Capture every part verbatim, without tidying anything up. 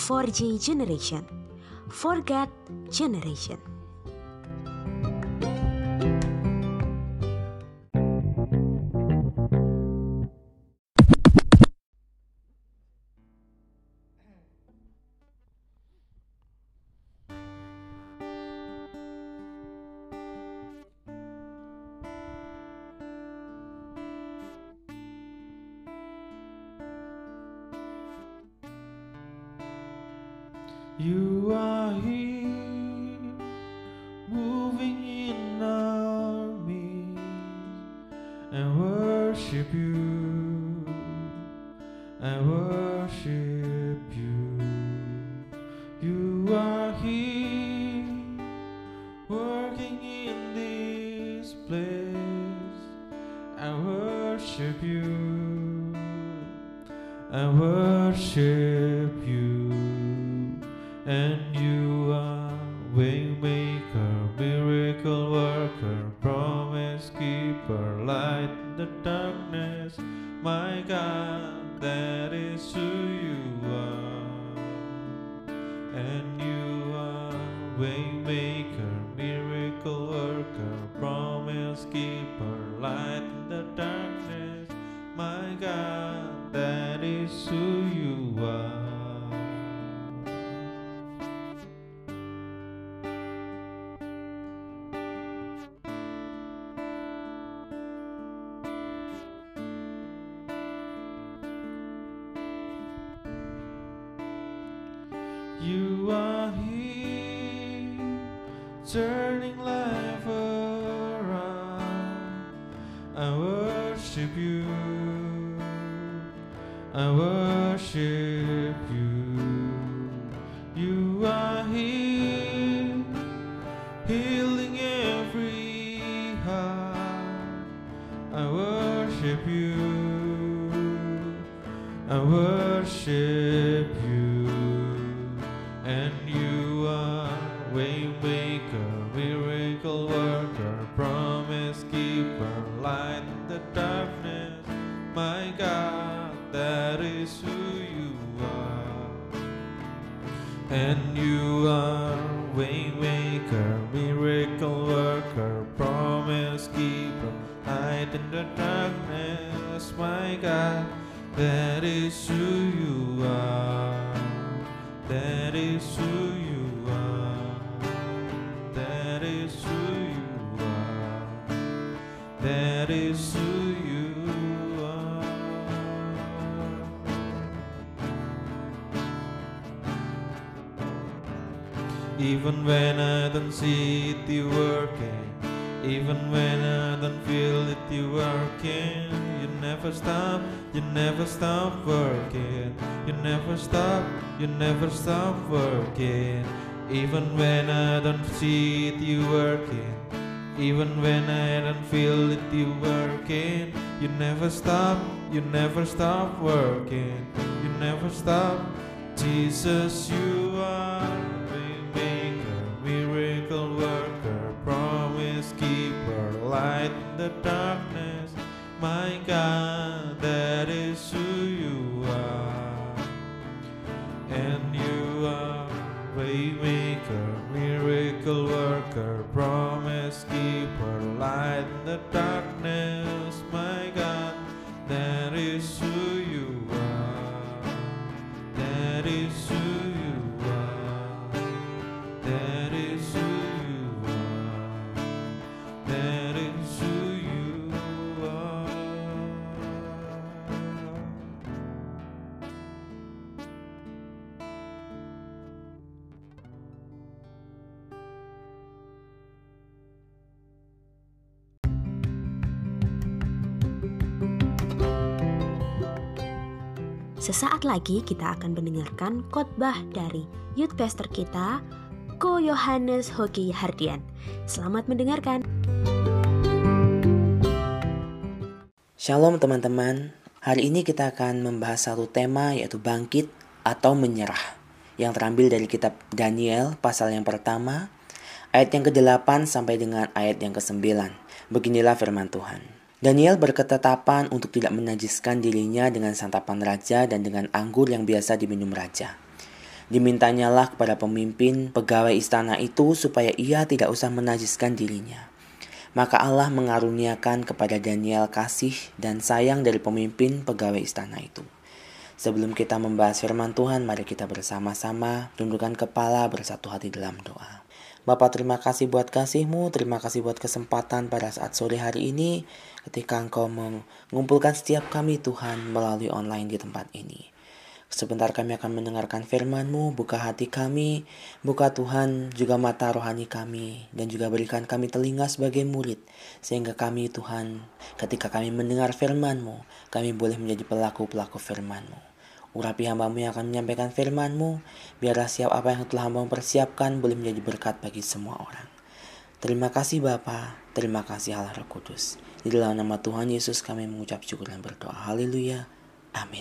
four G generation, forget generation. You are here, moving in our midst, and worship you, I worship you. You are here, working in this place, I worship you, I worship you. And you are waymaker, miracle worker, promise keeper, light in the darkness. My God, that is who you are. And you are waymaker, miracle worker, promise keeper, light in the darkness. My God, that is who you are. You are here, turning life around. I worship you, I worship you. You are here, healing every heart. I worship you, I worship you. And you are waymaker, miracle worker, promise keeper, light in the darkness. My God, that is who you are. And you are waymaker, miracle worker, promise keeper, light in the darkness. My God, that is who you are. That is who you are. That is who you are. That is who you are. Even when I don't see it, you working. Even when I don't feel it, you working. You never stop, you never stop working. You never stop, you never stop working. Even when I don't see it, you working. Even when I don't feel it, you working. You never stop, you never stop working. You never stop. Jesus, you are waymaker, miracle worker, promise keeper, light in the darkness. My God, that is who you are. And you are waymaker, miracle worker, promise keeper, light in the darkness. My God, that is who you are. That is who you are. That is who you are. That is who you are. Sesaat lagi kita akan mendengarkan khotbah dari youth pastor kita, Ko Yohanes Hoki Hardian. Selamat mendengarkan. Shalom teman-teman, hari ini kita akan membahas satu tema yaitu bangkit atau menyerah, yang terambil dari kitab Daniel pasal yang pertama, ayat yang kedelapan sampai dengan ayat yang kesembilan. Beginilah firman Tuhan. Daniel berketetapan untuk tidak menajiskan dirinya dengan santapan raja dan dengan anggur yang biasa diminum raja. Dimintanyalah kepada pemimpin pegawai istana itu supaya ia tidak usah menajiskan dirinya. Maka Allah mengaruniakan kepada Daniel kasih dan sayang dari pemimpin pegawai istana itu. Sebelum kita membahas firman Tuhan, mari kita bersama-sama tundukkan kepala bersatu hati dalam doa. Bapa, terima kasih buat kasih-Mu, terima kasih buat kesempatan pada saat sore hari ini ketika Engkau mengumpulkan setiap kami Tuhan melalui online di tempat ini. Sebentar kami akan mendengarkan firman-Mu, buka hati kami, buka Tuhan juga mata rohani kami, dan juga berikan kami telinga sebagai murid, sehingga kami Tuhan, ketika kami mendengar firman-Mu, kami boleh menjadi pelaku-pelaku firman-Mu. Urapi hamba-Mu yang akan menyampaikan firman-Mu, biarlah siap apa yang telah hamba persiapkan boleh menjadi berkat bagi semua orang. Terima kasih Bapa, terima kasih Allah Roh Kudus. Di dalam nama Tuhan Yesus kami mengucap syukur dan berdoa. Haleluya, amin.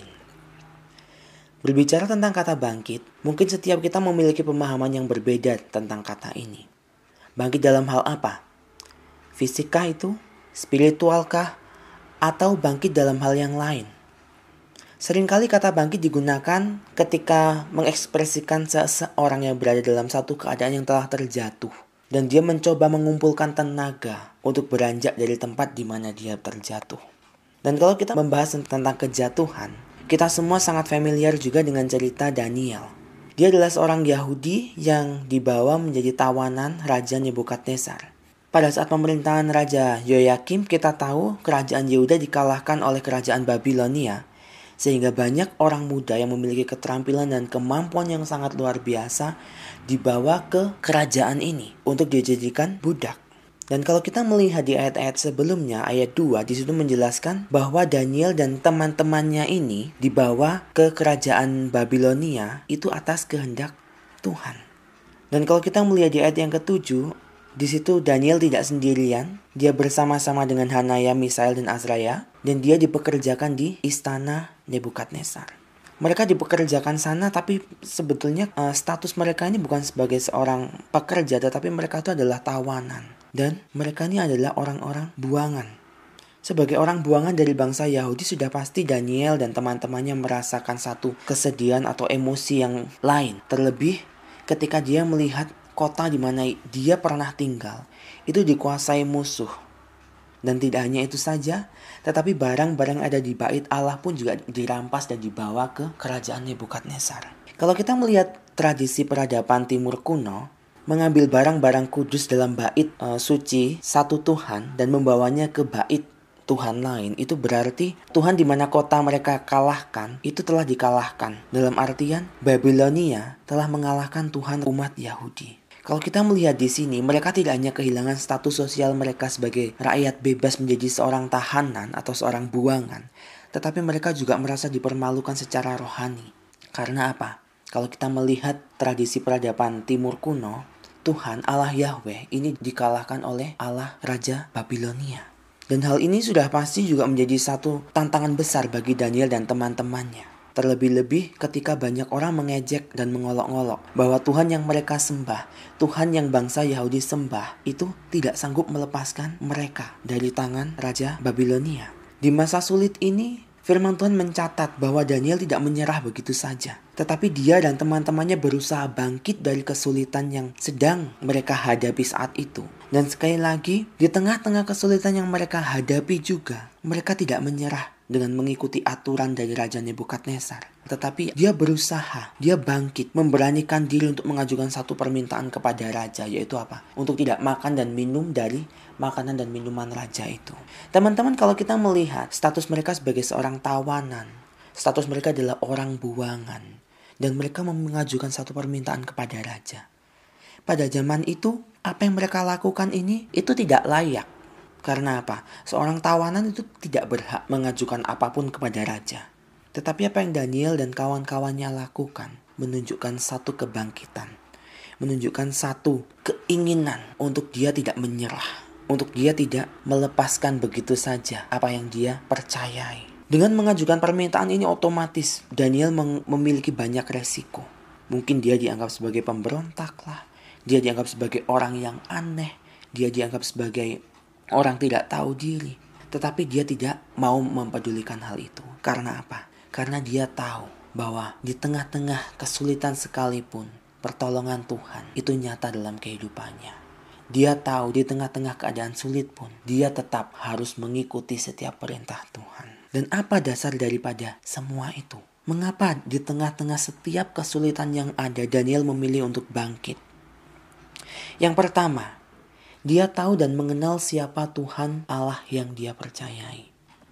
Berbicara tentang kata bangkit, mungkin setiap kita memiliki pemahaman yang berbeda tentang kata ini. Bangkit dalam hal apa? Fisikkah itu? Spiritualkah? Atau bangkit dalam hal yang lain? Seringkali kata bangkit digunakan ketika mengekspresikan seseorang yang berada dalam satu keadaan yang telah terjatuh. Dan dia mencoba mengumpulkan tenaga untuk beranjak dari tempat di mana dia terjatuh. Dan kalau kita membahas tentang kejatuhan, kita semua sangat familiar juga dengan cerita Daniel. Dia adalah seorang Yahudi yang dibawa menjadi tawanan Raja Nebukadnezar. Pada saat pemerintahan Raja Yoyakim, kita tahu kerajaan Yehuda dikalahkan oleh kerajaan Babilonia. Sehingga banyak orang muda yang memiliki keterampilan dan kemampuan yang sangat luar biasa dibawa ke kerajaan ini untuk dijadikan budak. Dan kalau kita melihat di ayat-ayat sebelumnya, ayat dua, di situ menjelaskan bahwa Daniel dan teman-temannya ini dibawa ke kerajaan Babilonia itu atas kehendak Tuhan. Dan kalau kita melihat di ayat yang ketujuh, di situ Daniel tidak sendirian, dia bersama-sama dengan Hanaya, Misael, dan Azraya, dan dia dipekerjakan di istana Nebukadnezar. Mereka dipekerjakan sana, tapi sebetulnya uh, status mereka ini bukan sebagai seorang pekerja, tetapi mereka itu adalah tawanan. Dan mereka ini adalah orang-orang buangan. Sebagai orang buangan dari bangsa Yahudi, sudah pasti Daniel dan teman-temannya merasakan satu kesedihan atau emosi yang lain. Terlebih ketika dia melihat kota di mana dia pernah tinggal itu dikuasai musuh. Dan tidak hanya itu saja, tetapi barang-barang ada di bait Allah pun juga dirampas dan dibawa ke kerajaan Nebukadnezar. Kalau kita melihat tradisi peradaban Timur kuno, mengambil barang-barang kudus dalam bait uh, suci satu Tuhan dan membawanya ke bait Tuhan lain, itu berarti Tuhan di mana kota mereka kalahkan itu telah dikalahkan. Dalam artian Babilonia telah mengalahkan Tuhan umat Yahudi. Kalau kita melihat di sini, mereka tidak hanya kehilangan status sosial mereka sebagai rakyat bebas menjadi seorang tahanan atau seorang buangan, tetapi mereka juga merasa dipermalukan secara rohani. Karena apa? Kalau kita melihat tradisi peradaban Timur kuno, Tuhan Allah Yahweh ini dikalahkan oleh Allah Raja Babilonia. Dan hal ini sudah pasti juga menjadi satu tantangan besar bagi Daniel dan teman-temannya. Terlebih-lebih ketika banyak orang mengejek dan mengolok-olok bahwa Tuhan yang mereka sembah, Tuhan yang bangsa Yahudi sembah, itu tidak sanggup melepaskan mereka dari tangan Raja Babilonia. Di masa sulit ini, firman Tuhan mencatat bahwa Daniel tidak menyerah begitu saja. Tetapi dia dan teman-temannya berusaha bangkit dari kesulitan yang sedang mereka hadapi saat itu. Dan sekali lagi, di tengah-tengah kesulitan yang mereka hadapi juga, mereka tidak menyerah dengan mengikuti aturan dari Raja Nebukadnezar. Tetapi dia berusaha, dia bangkit, memberanikan diri untuk mengajukan satu permintaan kepada Raja, yaitu apa? Untuk tidak makan dan minum dari makanan dan minuman Raja itu. Teman-teman, kalau kita melihat status mereka sebagai seorang tawanan, status mereka adalah orang buangan, dan mereka mengajukan satu permintaan kepada Raja. Pada zaman itu, apa yang mereka lakukan ini, itu tidak layak. Karena apa? Seorang tawanan itu tidak berhak mengajukan apapun kepada Raja. Tetapi apa yang Daniel dan kawan-kawannya lakukan menunjukkan satu kebangkitan. Menunjukkan satu keinginan untuk dia tidak menyerah. Untuk dia tidak melepaskan begitu saja apa yang dia percayai. Dengan mengajukan permintaan ini otomatis Daniel memiliki banyak resiko. Mungkin dia dianggap sebagai pemberontak lah. Dia dianggap sebagai orang yang aneh. Dia dianggap sebagai orang tidak tahu diri. Tetapi dia tidak mau mempedulikan hal itu. Karena apa? Karena dia tahu bahwa di tengah-tengah kesulitan sekalipun, pertolongan Tuhan itu nyata dalam kehidupannya. Dia tahu di tengah-tengah keadaan sulit pun, dia tetap harus mengikuti setiap perintah Tuhan. Dan apa dasar daripada semua itu? Mengapa di tengah-tengah setiap kesulitan yang ada, Daniel memilih untuk bangkit? Yang pertama, dia tahu dan mengenal siapa Tuhan Allah yang dia percayai.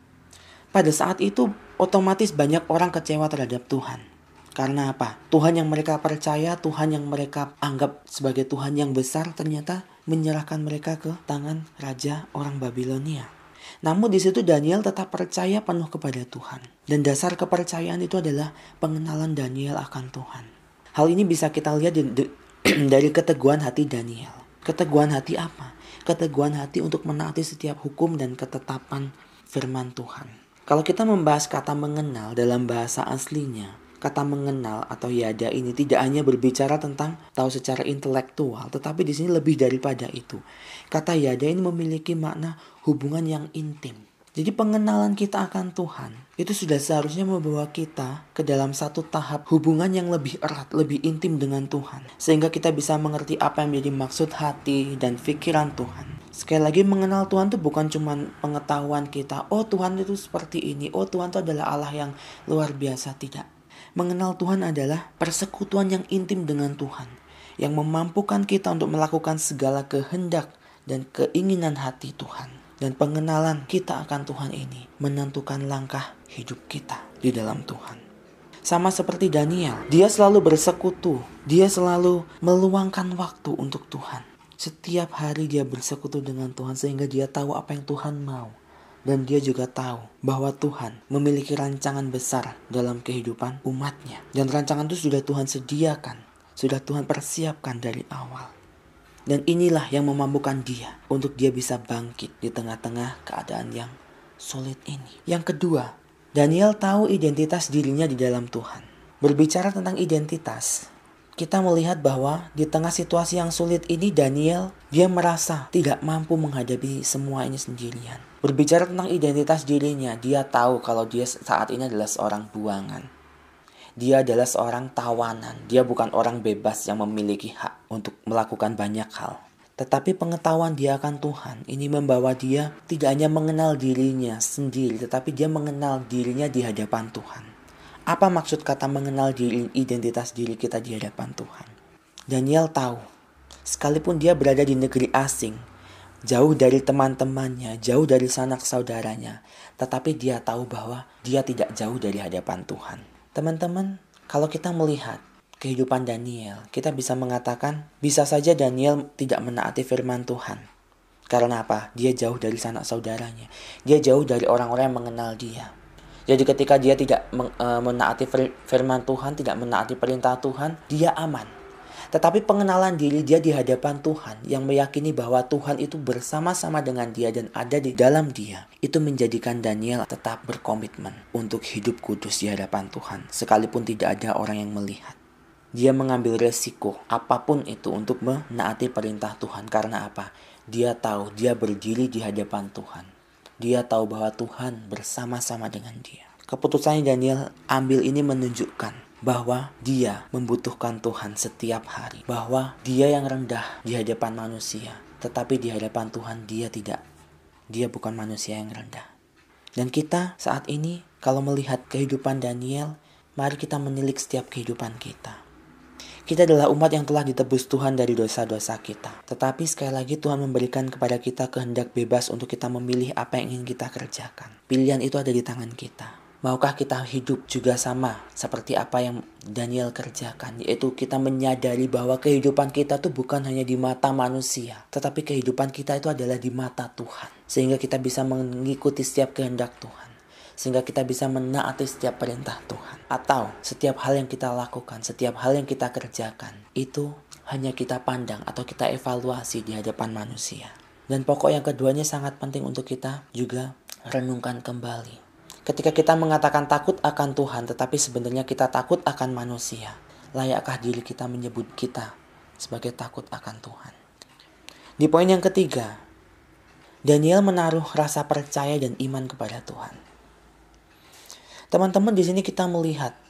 Pada saat itu otomatis banyak orang kecewa terhadap Tuhan. Karena apa? Tuhan yang mereka percaya, Tuhan yang mereka anggap sebagai Tuhan yang besar ternyata menyerahkan mereka ke tangan raja orang Babilonia. Namun di situ Daniel tetap percaya penuh kepada Tuhan. Dan dasar kepercayaan itu adalah pengenalan Daniel akan Tuhan. Hal ini bisa kita lihat di, di, dari keteguhan hati Daniel. Keteguhan hati apa? Keteguhan hati untuk menaati setiap hukum dan ketetapan firman Tuhan. Kalau kita membahas kata mengenal dalam bahasa aslinya, kata mengenal atau yada ini tidak hanya berbicara tentang tahu secara intelektual, tetapi di sini lebih daripada itu. Kata yada ini memiliki makna hubungan yang intim. Jadi pengenalan kita akan Tuhan itu sudah seharusnya membawa kita ke dalam satu tahap hubungan yang lebih erat, lebih intim dengan Tuhan. Sehingga kita bisa mengerti apa yang menjadi maksud hati dan pikiran Tuhan. Sekali lagi mengenal Tuhan itu bukan cuma pengetahuan kita, oh Tuhan itu seperti ini, oh Tuhan itu adalah Allah yang luar biasa, tidak. Mengenal Tuhan adalah persekutuan yang intim dengan Tuhan, yang memampukan kita untuk melakukan segala kehendak dan keinginan hati Tuhan. Dan pengenalan kita akan Tuhan ini menentukan langkah hidup kita di dalam Tuhan. Sama seperti Daniel, dia selalu bersekutu, dia selalu meluangkan waktu untuk Tuhan. Setiap hari dia bersekutu dengan Tuhan sehingga dia tahu apa yang Tuhan mau. Dan dia juga tahu bahwa Tuhan memiliki rancangan besar dalam kehidupan umatnya. Dan rancangan itu sudah Tuhan sediakan, sudah Tuhan persiapkan dari awal. Dan inilah yang memampukan dia untuk dia bisa bangkit di tengah-tengah keadaan yang sulit ini. Yang kedua, Daniel tahu identitas dirinya di dalam Tuhan. Berbicara tentang identitas, kita melihat bahwa di tengah situasi yang sulit ini Daniel, dia merasa tidak mampu menghadapi semua ini sendirian. Berbicara tentang identitas dirinya, dia tahu kalau dia saat ini adalah seorang buangan. Dia adalah seorang tawanan. Dia bukan orang bebas yang memiliki hak untuk melakukan banyak hal. Tetapi pengetahuan dia akan Tuhan ini membawa dia tidak hanya mengenal dirinya sendiri, tetapi dia mengenal dirinya di hadapan Tuhan. Apa maksud kata mengenal diri, identitas diri kita di hadapan Tuhan? Daniel tahu, sekalipun dia berada di negeri asing, jauh dari teman-temannya, jauh dari sanak saudaranya, tetapi dia tahu bahwa dia tidak jauh dari hadapan Tuhan. Teman-teman, kalau kita melihat kehidupan Daniel, kita bisa mengatakan, bisa saja Daniel tidak menaati firman Tuhan. Karena apa? Dia jauh dari sanak saudaranya. Dia jauh dari orang-orang yang mengenal dia. Jadi ketika dia tidak menaati firman Tuhan, tidak menaati perintah Tuhan, dia aman. Tetapi pengenalan diri dia di hadapan Tuhan yang meyakini bahwa Tuhan itu bersama-sama dengan dia dan ada di dalam dia, itu menjadikan Daniel tetap berkomitmen untuk hidup kudus di hadapan Tuhan, sekalipun tidak ada orang yang melihat. Dia mengambil resiko apapun itu untuk menaati perintah Tuhan. Karena apa? Dia tahu dia berdiri di hadapan Tuhan. Dia tahu bahwa Tuhan bersama-sama dengan dia. Keputusan yang Daniel ambil ini menunjukkan bahwa dia membutuhkan Tuhan setiap hari. Bahwa dia yang rendah di hadapan manusia, tetapi di hadapan Tuhan dia tidak. Dia bukan manusia yang rendah. Dan kita saat ini kalau melihat kehidupan Daniel, mari kita menilik setiap kehidupan kita. Kita adalah umat yang telah ditebus Tuhan dari dosa-dosa kita. Tetapi sekali lagi Tuhan memberikan kepada kita kehendak bebas untuk kita memilih apa yang ingin kita kerjakan. Pilihan itu ada di tangan kita. Maukah kita hidup juga sama seperti apa yang Daniel kerjakan? Yaitu kita menyadari bahwa kehidupan kita itu bukan hanya di mata manusia. Tetapi kehidupan kita itu adalah di mata Tuhan. Sehingga kita bisa mengikuti setiap kehendak Tuhan. Sehingga kita bisa menaati setiap perintah Tuhan. Atau setiap hal yang kita lakukan, setiap hal yang kita kerjakan, itu hanya kita pandang atau kita evaluasi di hadapan manusia. Dan pokok yang keduanya sangat penting untuk kita juga renungkan kembali. Ketika kita mengatakan takut akan Tuhan, tetapi sebenarnya kita takut akan manusia, layakkah diri kita menyebut kita sebagai takut akan Tuhan? Di poin yang ketiga, Daniel menaruh rasa percaya dan iman kepada Tuhan. Teman-teman, di sini kita melihat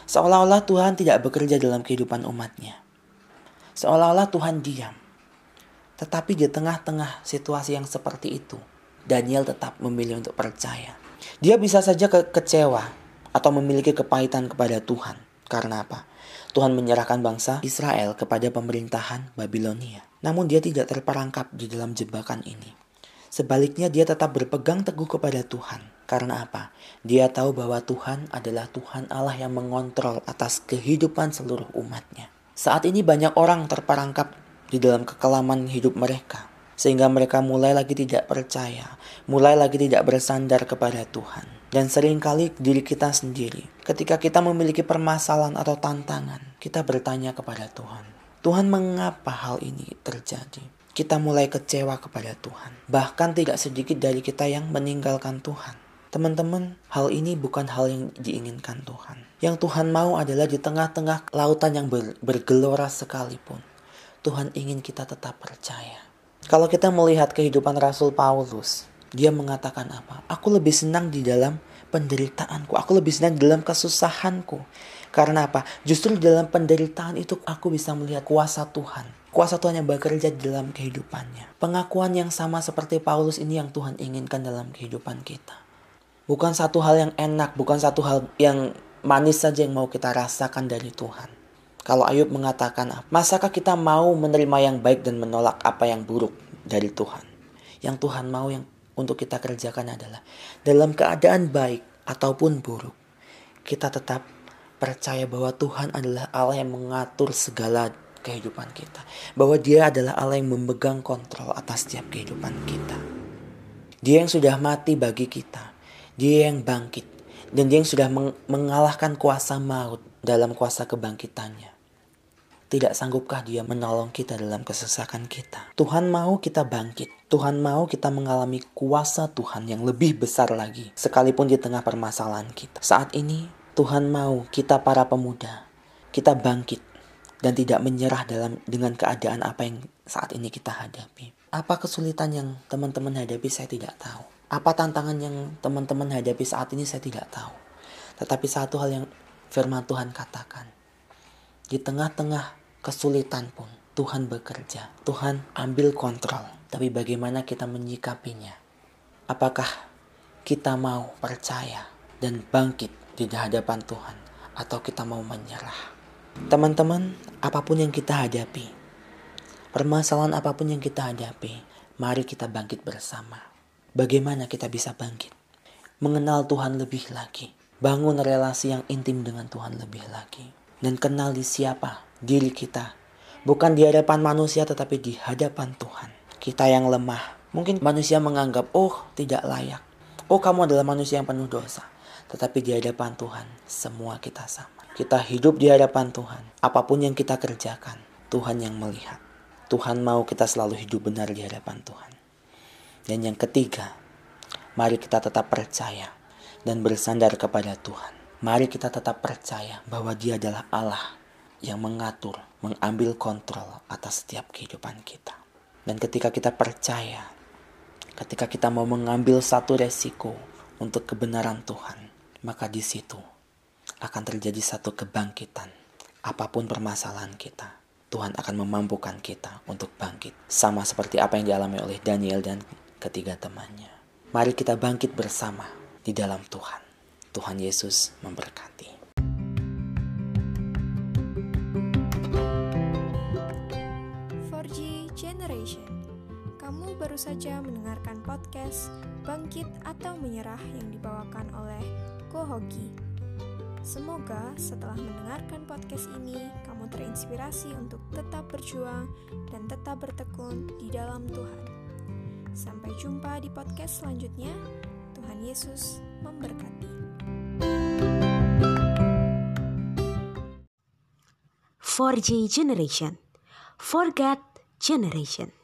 Seolah-olah Tuhan tidak bekerja dalam kehidupan umatnya. Seolah-olah Tuhan diam. Tetapi di tengah-tengah situasi yang seperti itu, Daniel tetap memilih untuk percaya. Dia bisa saja ke- kecewa atau memiliki kepahitan kepada Tuhan. Karena apa? Tuhan menyerahkan bangsa Israel kepada pemerintahan Babilonia. Namun dia tidak terperangkap di dalam jebakan ini. Sebaliknya dia tetap berpegang teguh kepada Tuhan. Karena apa? Dia tahu bahwa Tuhan adalah Tuhan Allah yang mengontrol atas kehidupan seluruh umatnya. Saat ini banyak orang terperangkap di dalam kekelaman hidup mereka. Sehingga mereka mulai lagi tidak percaya, mulai lagi tidak bersandar kepada Tuhan. Dan seringkali diri kita sendiri, ketika kita memiliki permasalahan atau tantangan, kita bertanya kepada Tuhan. Tuhan, mengapa hal ini terjadi? Kita mulai kecewa kepada Tuhan. Bahkan tidak sedikit dari kita yang meninggalkan Tuhan. Teman-teman, hal ini bukan hal yang diinginkan Tuhan. Yang Tuhan mau adalah di tengah-tengah lautan yang ber- bergelora sekalipun, Tuhan ingin kita tetap percaya. Kalau kita melihat kehidupan Rasul Paulus, dia mengatakan apa? Aku lebih senang di dalam penderitaanku. Aku lebih senang di dalam kesusahanku. Karena apa? Justru di dalam penderitaan itu aku bisa melihat kuasa Tuhan. Kuasa Tuhan yang bekerja di dalam kehidupannya. Pengakuan yang sama seperti Paulus ini yang Tuhan inginkan dalam kehidupan kita. Bukan satu hal yang enak, bukan satu hal yang manis saja yang mau kita rasakan dari Tuhan. Kalau Ayub mengatakan, masakah kita mau menerima yang baik dan menolak apa yang buruk dari Tuhan? Yang Tuhan mau yang untuk kita kerjakan adalah dalam keadaan baik ataupun buruk, kita tetap percaya bahwa Tuhan adalah Allah yang mengatur segala kehidupan kita. Bahwa Dia adalah Allah yang memegang kontrol atas setiap kehidupan kita. Dia yang sudah mati bagi kita. Dia yang bangkit. Dan Dia yang sudah mengalahkan kuasa maut dalam kuasa kebangkitannya. Tidak sanggupkah Dia menolong kita dalam kesesakan kita? Tuhan mau kita bangkit. Tuhan mau kita mengalami kuasa Tuhan yang lebih besar lagi. Sekalipun di tengah permasalahan kita. Saat ini Tuhan mau kita para pemuda, kita bangkit. Dan tidak menyerah dalam dengan keadaan apa yang saat ini kita hadapi. Apa kesulitan yang teman-teman hadapi saya tidak tahu. Apa tantangan yang teman-teman hadapi saat ini saya tidak tahu. Tetapi satu hal yang firman Tuhan katakan. Di tengah-tengah kesulitan pun Tuhan bekerja. Tuhan ambil kontrol. Tapi bagaimana kita menyikapinya? Apakah kita mau percaya dan bangkit di hadapan Tuhan? Atau kita mau menyerah? Teman-teman, apapun yang kita hadapi, permasalahan apapun yang kita hadapi, mari kita bangkit bersama. Bagaimana kita bisa bangkit? Mengenal Tuhan lebih lagi. Bangun relasi yang intim dengan Tuhan lebih lagi. Dan kenali siapa diri kita. Bukan di hadapan manusia tetapi di hadapan Tuhan. Kita yang lemah. Mungkin manusia menganggap, oh tidak layak. Oh kamu adalah manusia yang penuh dosa. Tetapi di hadapan Tuhan, semua kita sama. Kita hidup di hadapan Tuhan. Apapun yang kita kerjakan, Tuhan yang melihat. Tuhan mau kita selalu hidup benar di hadapan Tuhan. Dan yang ketiga, mari kita tetap percaya dan bersandar kepada Tuhan. Mari kita tetap percaya bahwa Dia adalah Allah yang mengatur, mengambil kontrol atas setiap kehidupan kita. Dan ketika kita percaya, ketika kita mau mengambil satu resiko untuk kebenaran Tuhan, maka di situ akan terjadi satu kebangkitan. Apapun permasalahan kita, Tuhan akan memampukan kita untuk bangkit. Sama seperti apa yang dialami oleh Daniel dan ketiga temannya. Mari kita bangkit bersama di dalam Tuhan. Tuhan Yesus memberkati. four G Generation. Kamu baru saja mendengarkan podcast Bangkit atau Menyerah yang dibawakan oleh Ko Hoki. Semoga setelah mendengarkan podcast ini, kamu terinspirasi untuk tetap berjuang dan tetap bertekun di dalam Tuhan. Sampai jumpa di podcast selanjutnya. Tuhan Yesus memberkati. four G Generation, Forget Generation.